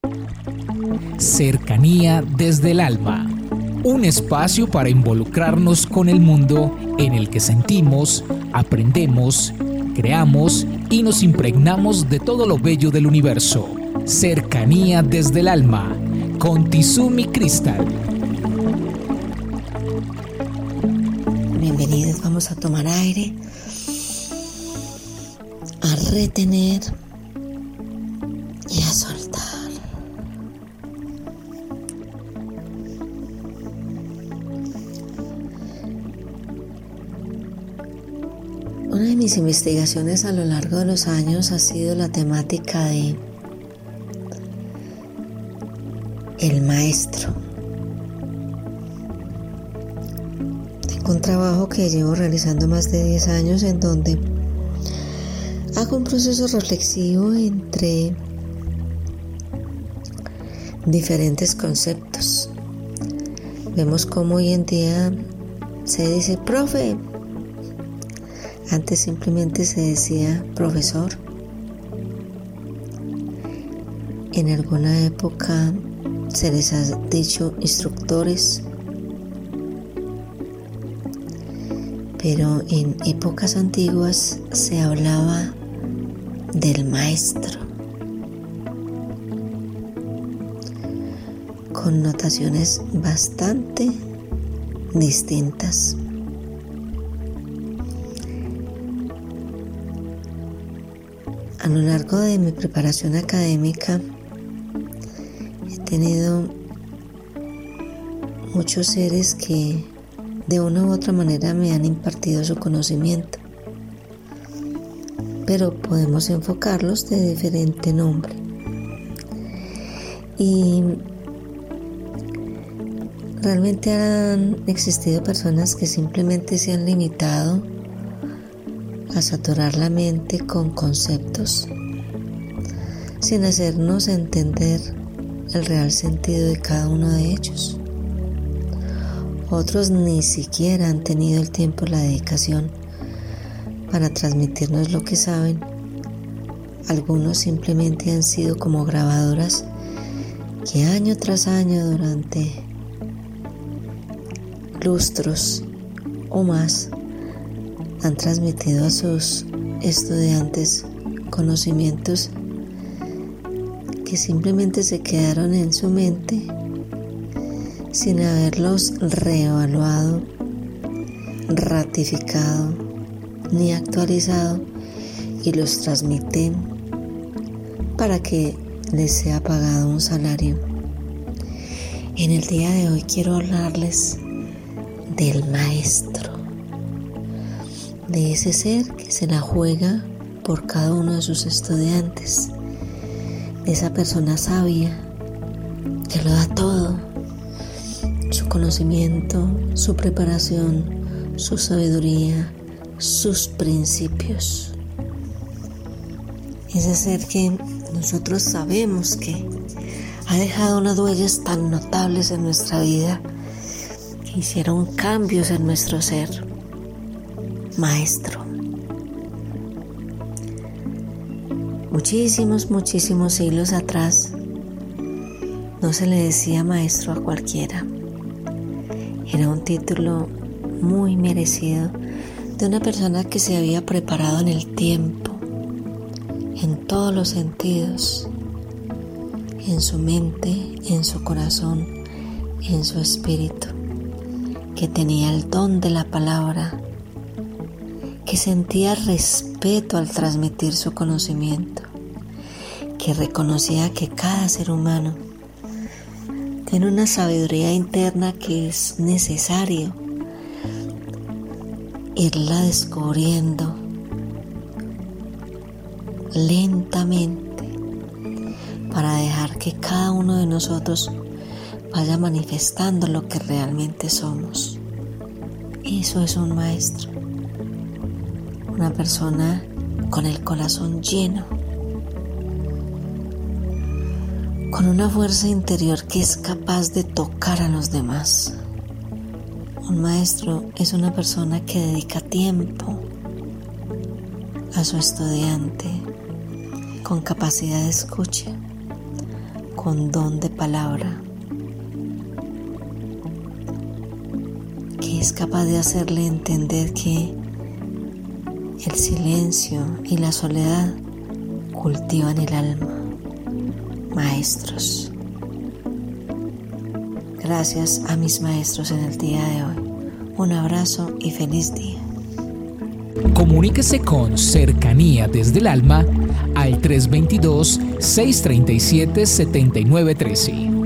Cercanía desde el alma. Un espacio para involucrarnos con el mundo en el que sentimos, aprendemos, creamos y nos impregnamos de todo lo bello del universo. Cercanía desde el alma, con Tizumi Crystal. Bienvenidos, vamos a tomar aire, a retener y a soltar. Una de mis investigaciones a lo largo de los años ha sido la temática de el maestro. Tengo un trabajo que llevo realizando más de 10 años en donde hago un proceso reflexivo entre diferentes conceptos. Vemos cómo hoy en día se dice profe. Antes simplemente se decía profesor. En alguna época se les ha dicho instructores. Pero en épocas antiguas se hablaba del maestro, con notaciones bastante distintas. A lo largo de mi preparación académica he tenido muchos seres que de una u otra manera me han impartido su conocimiento, pero podemos enfocarlos de diferente nombre. Y realmente han existido personas que simplemente se han limitado a saturar la mente con conceptos sin hacernos entender el real sentido de cada uno de ellos. Otros ni siquiera han tenido el tiempo y la dedicación para transmitirnos lo que saben. Algunos simplemente han sido como grabadoras que año tras año, durante lustros o más, han transmitido a sus estudiantes conocimientos que simplemente se quedaron en su mente sin haberlos reevaluado, ratificado ni actualizado, y los transmiten para que les sea pagado un salario. En el día de hoy quiero hablarles del maestro, de ese ser que se la juega por cada uno de sus estudiantes, de esa persona sabia que lo da todo, su conocimiento, su preparación, su sabiduría, sus principios. Ese ser que nosotros sabemos que ha dejado unas huellas tan notables en nuestra vida, que hicieron cambios en nuestro ser. Maestro. Muchísimos siglos atrás no se le decía maestro a cualquiera. Era un título muy merecido de una persona que se había preparado en el tiempo, en todos los sentidos, en su mente, en su corazón, en su espíritu, que tenía el don de la palabra, que sentía respeto al transmitir su conocimiento, que reconocía que cada ser humano tiene una sabiduría interna que es necesario irla descubriendo lentamente para dejar que cada uno de nosotros vaya manifestando lo que realmente somos. Eso es un maestro. Una persona con el corazón lleno, con una fuerza interior que es capaz de tocar a los demás. Un maestro es una persona que dedica tiempo a su estudiante, con capacidad de escucha, con don de palabra, que es capaz de hacerle entender que el silencio y la soledad cultivan el alma. Maestros. Gracias a mis maestros en el día de hoy. Un abrazo y feliz día. Comuníquese con Cercanía desde el Alma al 322-637-7913.